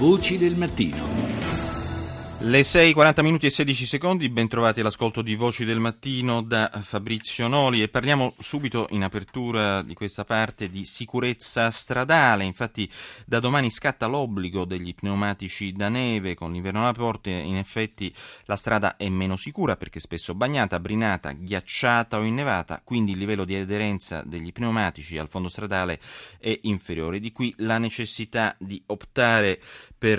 Voci del mattino. Le 6:40 minuti e 16 secondi, ben trovati all'ascolto di Voci del Mattino da Fabrizio Noli e parliamo subito in apertura di questa parte di sicurezza stradale. Infatti da domani scatta l'obbligo degli pneumatici da neve, con l'inverno alla porta. In effetti la strada è meno sicura perché spesso bagnata, brinata, ghiacciata o innevata, quindi il livello di aderenza degli pneumatici al fondo stradale è inferiore. Di qui la necessità di optare per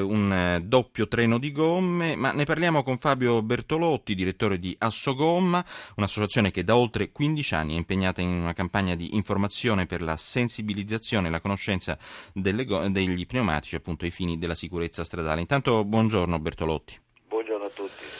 un doppio treno di gomme, ma ne parliamo con Fabio Bertolotti, direttore di Assogomma, un'associazione che da oltre 15 anni è impegnata in una campagna di informazione per la sensibilizzazione e la conoscenza degli pneumatici appunto ai fini della sicurezza stradale. Intanto buongiorno Bertolotti. Buongiorno a tutti.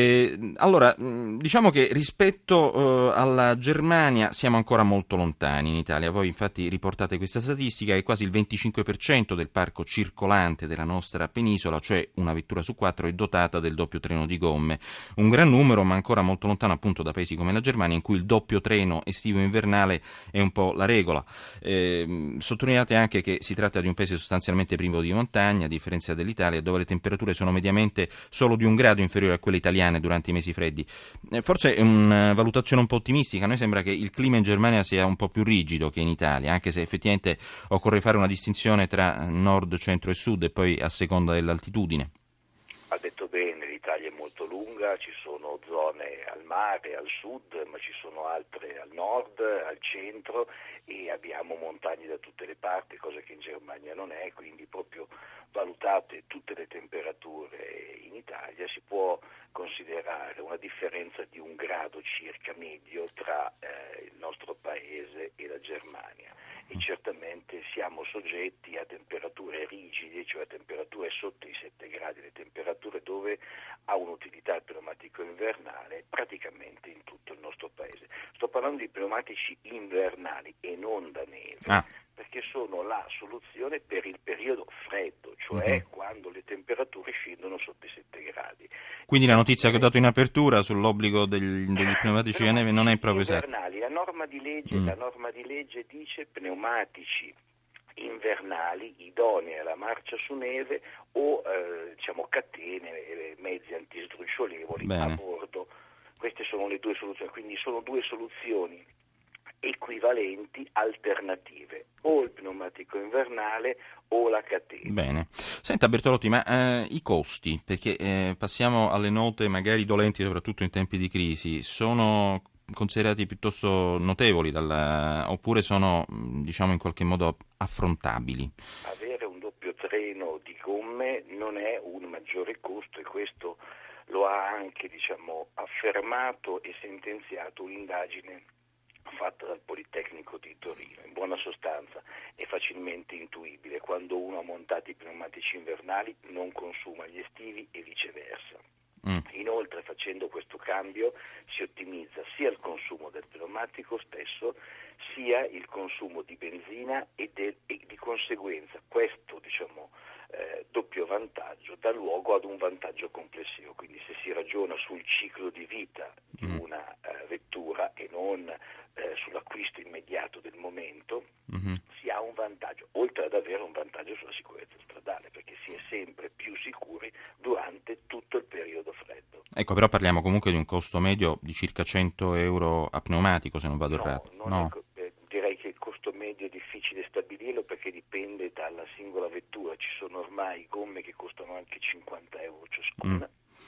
Allora, diciamo che rispetto alla Germania siamo ancora molto lontani in Italia. Voi infatti riportate questa statistica che quasi il 25% del parco circolante della nostra penisola, cioè una vettura su 4, è dotata del doppio treno di gomme. Un gran numero, ma ancora molto lontano appunto da paesi come la Germania, in cui il doppio treno estivo-invernale è un po' la regola. Sottolineate anche che si tratta di un paese sostanzialmente privo di montagna, a differenza dell'Italia, dove le temperature sono mediamente solo di un grado inferiore a quelle italiane durante i mesi freddi. Forse è una valutazione un po' ottimistica. A noi sembra che il clima in Germania sia un po' più rigido che in Italia, anche se effettivamente occorre fare una distinzione tra nord, centro e sud e poi a seconda dell'altitudine. Ha detto bene, l'Italia è molto lunga, ci sono zone al mare, al sud, ma ci sono altre al nord, al centro, e abbiamo montagne da tutte le parti, cosa che in Germania non è, quindi proprio valutate tutte le temperature in Italia si può considerare una differenza di un grado circa medio tra il nostro paese e la Germania, e certamente siamo soggetti a temperature rigide, cioè a temperature sotto i 7 gradi, le temperature dove ha un'utilità il pneumatico invernale praticamente in tutto il nostro paese. Sto parlando di pneumatici invernali e non da neve, perché sono la soluzione per il periodo freddo, cioè quando le temperature scendono sotto i 7 gradi. Quindi la notizia che ho dato in apertura sull'obbligo degli pneumatici da neve non è proprio esatta. La norma di legge dice pneumatici invernali idonei alla marcia su neve o catene, mezzi antisdrucciolevoli a bordo. Queste sono le due soluzioni, quindi sono due soluzioni equivalenti, alternative, o il pneumatico invernale o la catena. Bene. Senta Bertolotti, ma i costi, perché passiamo alle note magari dolenti soprattutto in tempi di crisi, sono considerati piuttosto notevoli oppure sono diciamo in qualche modo affrontabili? Avere un doppio treno di gomme non è un maggiore costo, e questo lo ha anche affermato e sentenziato un'indagine fatta dal Politecnico di Torino. In buona sostanza è facilmente intuibile: quando uno ha montato i pneumatici invernali non consuma gli estivi e viceversa. Inoltre, facendo questo cambio si ottimizza sia il consumo del pneumatico stesso sia il consumo di benzina e di conseguenza questo doppio vantaggio dà luogo ad un vantaggio complessivo. Quindi se si ragiona sul ciclo di vita di una vettura e non sull'acquisto immediato del momento, si ha un vantaggio, oltre ad avere un vantaggio sulla sicurezza stradale, perché si è sempre più sicuri durante tutto il periodo freddo. Ecco, però parliamo comunque di un costo medio di circa 100 euro a pneumatico, se non vado errato. Direi che il costo medio è difficile stabilirlo perché dipende dalla singola vettura. Ci sono ormai gomme che costano anche 50 euro ciascuna.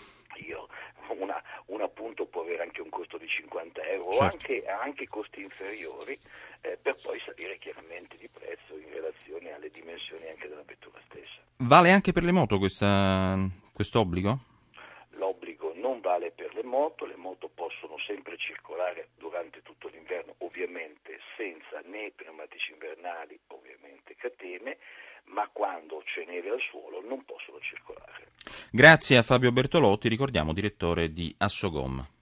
Una appunto può avere anche un costo di 50 euro, certo, o anche costi inferiori, per poi salire chiaramente di prezzo in relazione alle dimensioni anche della vettura stessa. Vale anche per le moto questo obbligo? L'obbligo non vale per le moto possono sempre circolare durante tutto l'inverno, ovviamente senza né pneumatici invernali, ovviamente catene, ma quando c'è neve al suolo non possono circolare. Grazie a Fabio Bertolotti, ricordiamo direttore di Assogomma.